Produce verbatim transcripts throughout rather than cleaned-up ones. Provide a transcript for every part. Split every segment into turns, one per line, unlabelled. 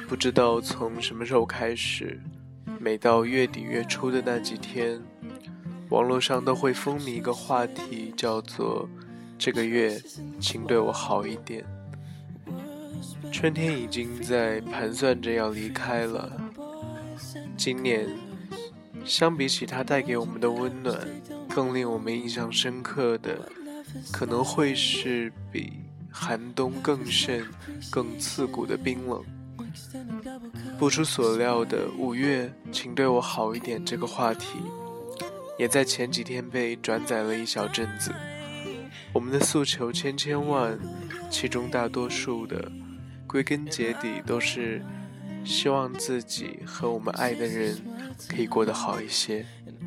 不知道从什么时候开始，每到月底月初的那几天，网络上都会风靡一个话题，叫做这个月请对我好一点。春天已经在盘算着要离开了，今年相比起它带给我们的温暖，更令我们印象深刻的可能会是比寒冬更甚更刺骨的冰冷。不出所料的五月请对我好一点这个话题也在前几天被转载了一小阵子。我们的诉求千千万，其中大多数的归根结底都是希望自己和我们爱的人可以过得好一些。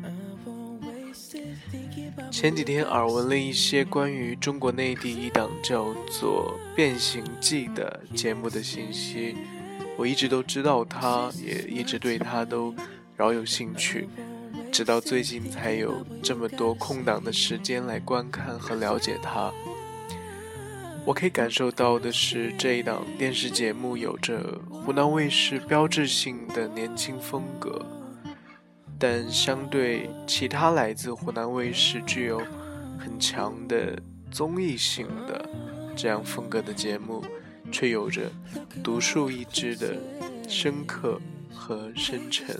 前几天耳闻了一些关于中国内地一档叫做《变形记》的节目的信息，我一直都知道它，也一直对它都饶有兴趣，直到最近才有这么多空档的时间来观看和了解它。我可以感受到的是，这一档电视节目有着湖南卫视标志性的年轻风格，但相对其他来自湖南卫视具有很强的综艺性的这样风格的节目，却有着独树一帜的深刻和深沉。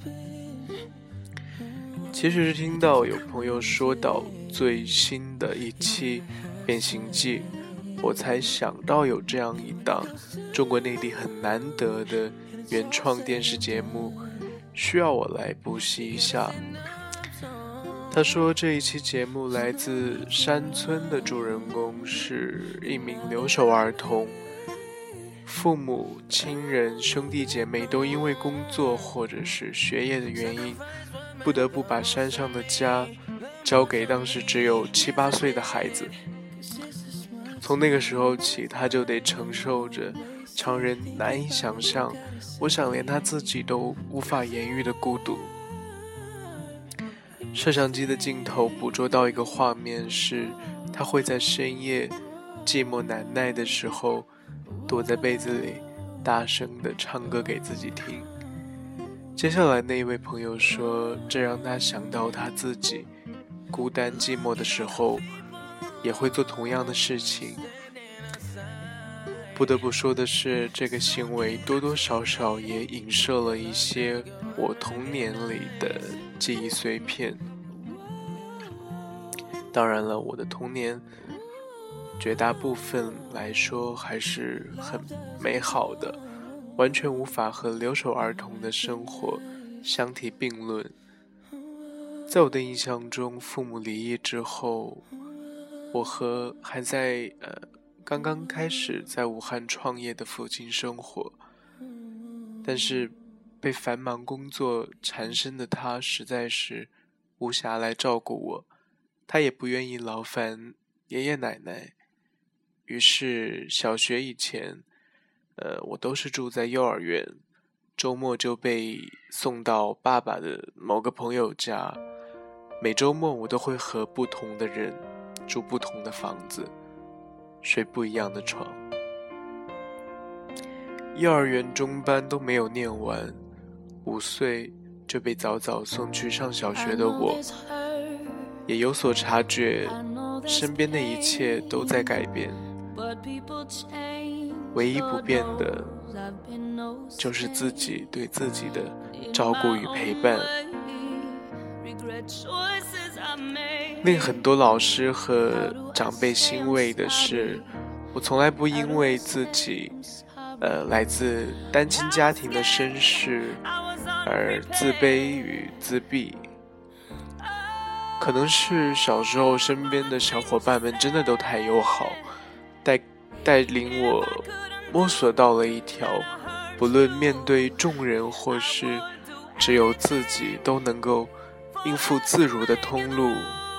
其实是听到有朋友说到最新的一期《变形记》，我才想到有这样一档中国内地很难得的原创电视节目，需要我来补习一下。他说这一期节目来自山村的主人公是一名留守儿童，父母亲人兄弟姐妹都因为工作或者是学业的原因，不得不把山上的家交给当时只有七八岁的孩子。从那个时候起，他就得承受着常人难以想象，我想连他自己都无法言喻的孤独。摄像机的镜头捕捉到一个画面，是他会在深夜寂寞难耐的时候，躲在被子里大声地唱歌给自己听。接下来那一位朋友说，这让他想到他自己孤单寂寞的时候也会做同样的事情。不得不说的是，这个行为多多少少也影射了一些我童年里的记忆碎片。当然了，我的童年绝大部分来说还是很美好的，完全无法和留守儿童的生活相提并论。在我的印象中，父母离异之后，我和还在呃刚刚开始在武汉创业的父亲生活，但是被繁忙工作缠身的他实在是无暇来照顾我，他也不愿意劳烦爷爷奶奶，于是小学以前呃，我都是住在幼儿园，周末就被送到爸爸的某个朋友家，每周末我都会和不同的人住不同的房子，睡不一样的床。幼儿园中班都没有念完，五岁就被早早送去上小学的我，也有所察觉，身边的一切都在改变，唯一不变的就是自己对自己的照顾与陪伴。令很多老师和长辈欣慰的是，我从来不因为自己呃来自单亲家庭的身世而自卑与自闭。可能是小时候身边的小伙伴们真的都太友好，带带领我摸索到了一条不论面对众人或是只有自己都能够应付自如的通路。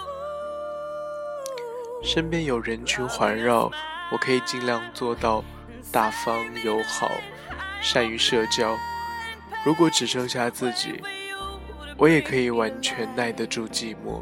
身边有人群环绕，我可以尽量做到大方友好，善于社交。如果只剩下自己，我也可以完全耐得住寂寞。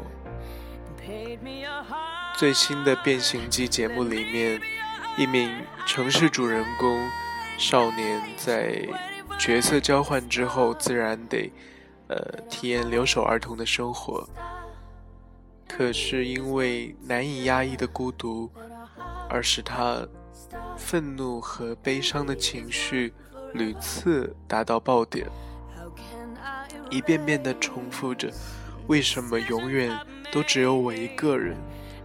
最新的变形记节目里面，一名城市主人公少年在角色交换之后，自然得呃体验留守儿童的生活。可是因为难以压抑的孤独，而使他愤怒和悲伤的情绪屡次达到爆点，一遍遍地重复着为什么永远都只有我一个人。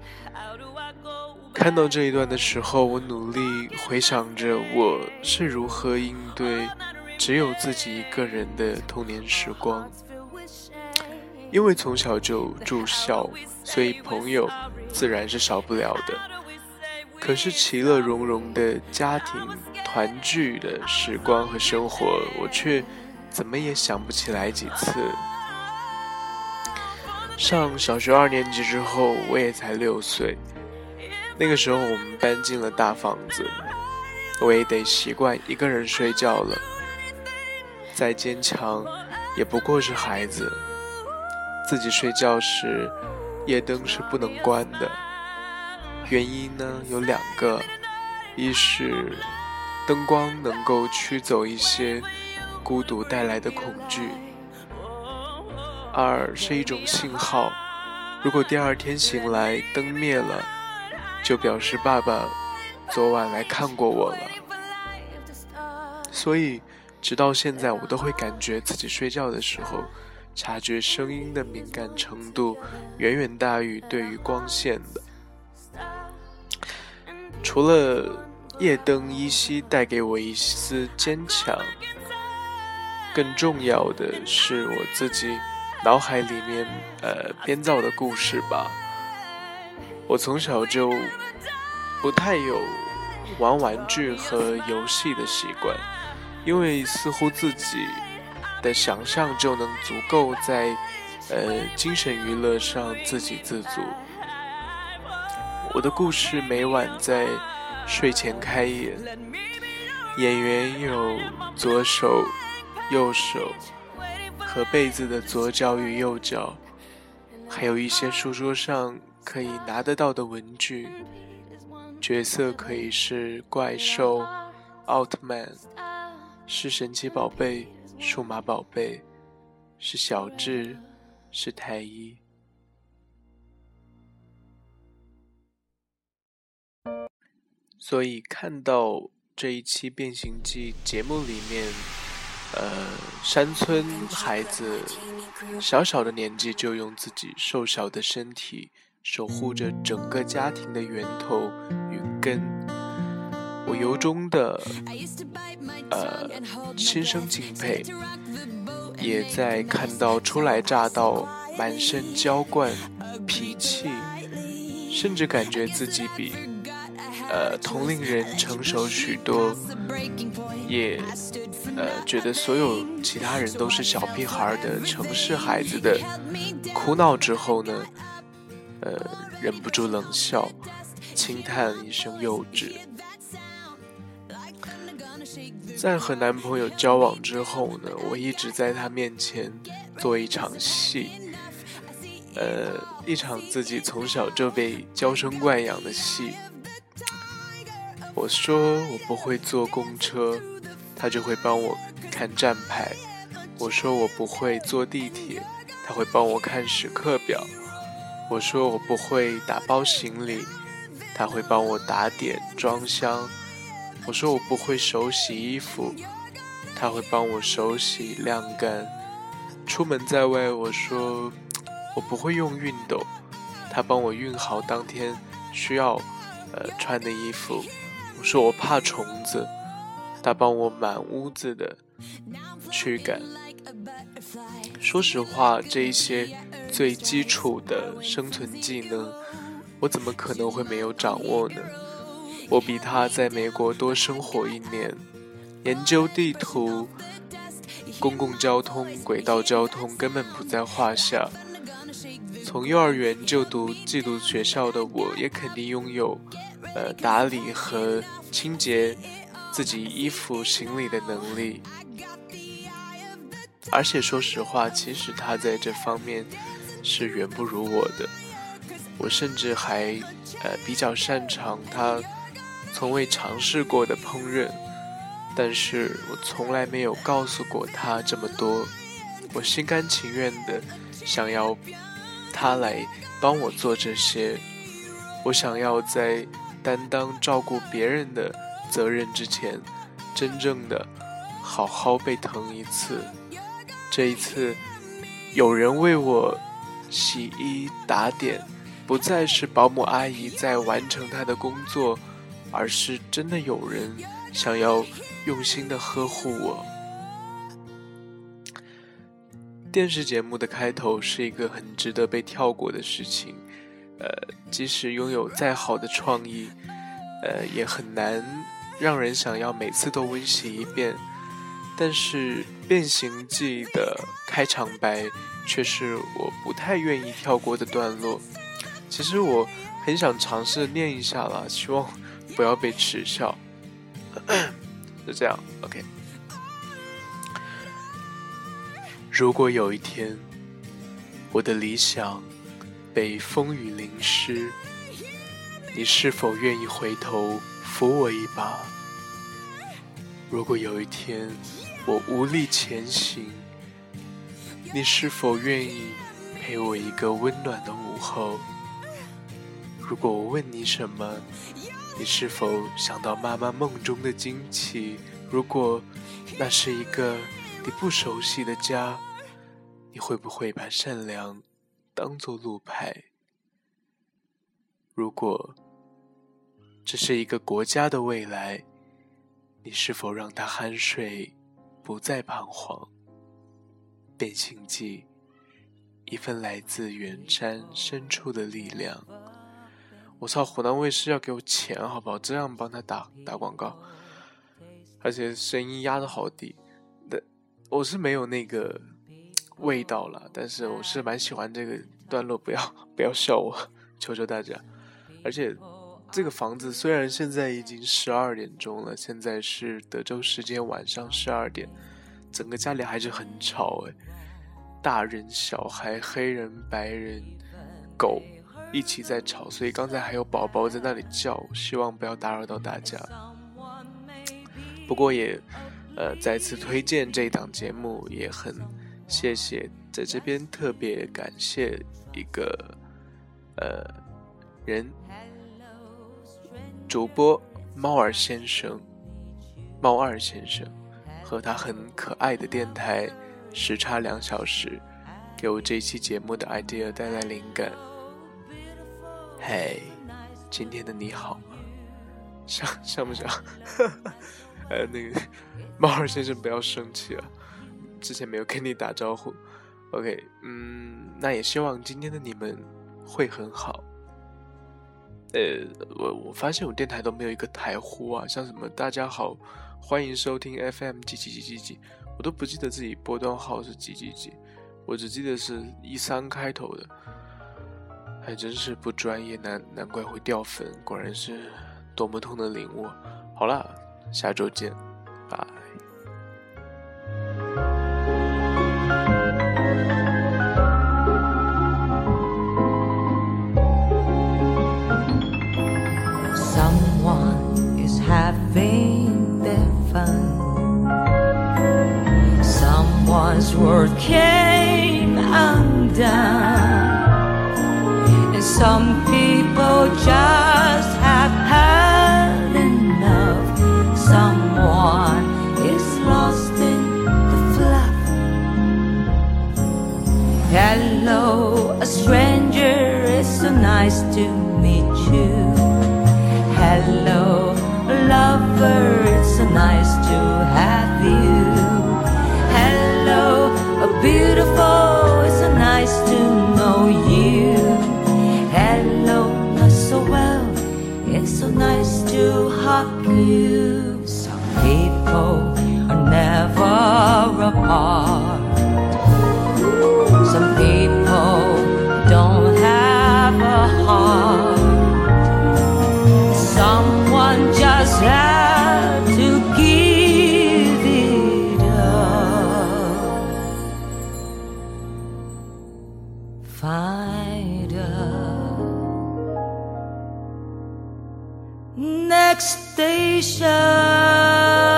看到这一段的时候，我努力回想着我是如何应对只有自己一个人的童年时光。因为从小就住校，所以朋友自然是少不了的。可是其乐融融的家庭团聚的时光和生活，我却怎么也想不起来几次。上小学二年级之后，我也才六岁。那个时候我们搬进了大房子，我也得习惯一个人睡觉了。再坚强，也不过是孩子。自己睡觉时，夜灯是不能关的。原因呢有两个，一是灯光能够驱走一些孤独带来的恐惧，二是一种信号，如果第二天醒来灯灭了，就表示爸爸昨晚来看过我了。所以直到现在，我都会感觉自己睡觉的时候，察觉声音的敏感程度远远大于对于光线的。除了夜灯依稀带给我一丝坚强，更重要的是我自己脑海里面呃编造的故事吧。我从小就不太有玩玩具和游戏的习惯，因为似乎自己的想象就能足够在呃精神娱乐上自给自足。我的故事每晚在睡前开演，演员有左手、右手和被子的左脚与右脚，还有一些书桌上可以拿得到的文具。角色可以是怪兽、奥特曼，是神奇宝贝、数码宝贝，是小智，是太一。所以看到这一期变形记节目里面呃，山村孩子小小的年纪就用自己瘦小的身体守护着整个家庭的源头与根，我由衷的呃心生敬佩，也在看到初来乍到满身娇惯脾气，甚至感觉自己比呃同龄人成熟许多，也呃觉得所有其他人都是小屁孩的城市孩子的哭闹之后呢，呃忍不住冷笑，轻叹一声幼稚。在和男朋友交往之后呢，我一直在他面前做一场戏，呃，一场自己从小就被娇生惯养的戏。我说我不会坐公车，他就会帮我看站牌；我说我不会坐地铁，他会帮我看时刻表；我说我不会打包行李，他会帮我打点装箱；我说我不会手洗衣服，他会帮我手洗晾干；出门在外，我说我不会用熨斗，他帮我熨好当天需要呃穿的衣服；我说我怕虫子，他帮我满屋子的驱赶。说实话，这一些最基础的生存技能，我怎么可能会没有掌握呢？我比他在美国多生活一年，研究地图、公共交通、轨道交通根本不在话下。从幼儿园就读寄宿学校的我，也肯定拥有呃打理和清洁自己衣服行李的能力。而且说实话，其实他在这方面是远不如我的。我甚至还呃比较擅长他从未尝试过的烹饪， 但是我从来没有告诉过他这么多。我心甘情愿的想要他来帮我做这些，我想要在担当照顾别人的责任之前，真正的好好被疼一次。这一次有人为我洗衣打点，不再是保姆阿姨在完成她的工作，而是真的有人想要用心的呵护我。电视节目的开头是一个很值得被跳过的事情，呃，即使拥有再好的创意，呃，也很难让人想要每次都温习一遍。但是《变形记》的开场白却是我不太愿意跳过的段落。其实我很想尝试念一下啦，希望不要被耻笑。就这样 OK。 如果有一天我的理想被风雨淋湿，你是否愿意回头扶我一把？如果有一天我无力前行，你是否愿意陪我一个温暖的午后？如果我问你什么，你是否想到妈妈梦中的惊奇？如果那是一个你不熟悉的家，你会不会把善良当作路牌？如果这是一个国家的未来，你是否让他酣睡，不再彷徨？变形记，一份来自远山深处的力量。我操，湖南卫视要给我钱好不好？这样帮他打打广告，而且声音压得好低。我是没有那个味道了，但是我是蛮喜欢这个段落，不要不要笑我，求求大家。而且这个房子虽然现在已经十二点钟了，现在是德州时间晚上十二点，整个家里还是很吵诶，大人小孩黑人白人狗一起在吵，所以刚才还有宝宝在那里叫，希望不要打扰到大家。不过也呃再次推荐这一档节目，也很谢谢，在这边特别感谢一个呃人，主播猫儿先生，猫二先生和他很可爱的电台时差两小时，给我这一期节目的 idea 带来灵感。嘿，今天的你好吗？像像不像？呃，那个猫儿先生不要生气了，之前没有跟你打招呼。OK， 嗯，那也希望今天的你们会很好。呃，我我发现我电台都没有一个台呼啊，像什么大家好，欢迎收听 F M 几几几几几，我都不记得自己波段号是几几几，我只记得是一三开头的，还真是不专业，难难怪会掉粉，果然是多么痛的领悟。好啦，下周见，拜。Having their fun. Someone's world came undone, and some people just have had enough. Someone is lost in the fluff. Hello, a stranger, it's so nice to meet you. Hello, lover, it's so nice to have you. Hello, a beautiful, it's so nice to know you. Hello, not so well, it's so nice to hug you. Some people are never apart. Some people don't have a heart. Someone just had to give it up. Find a next station.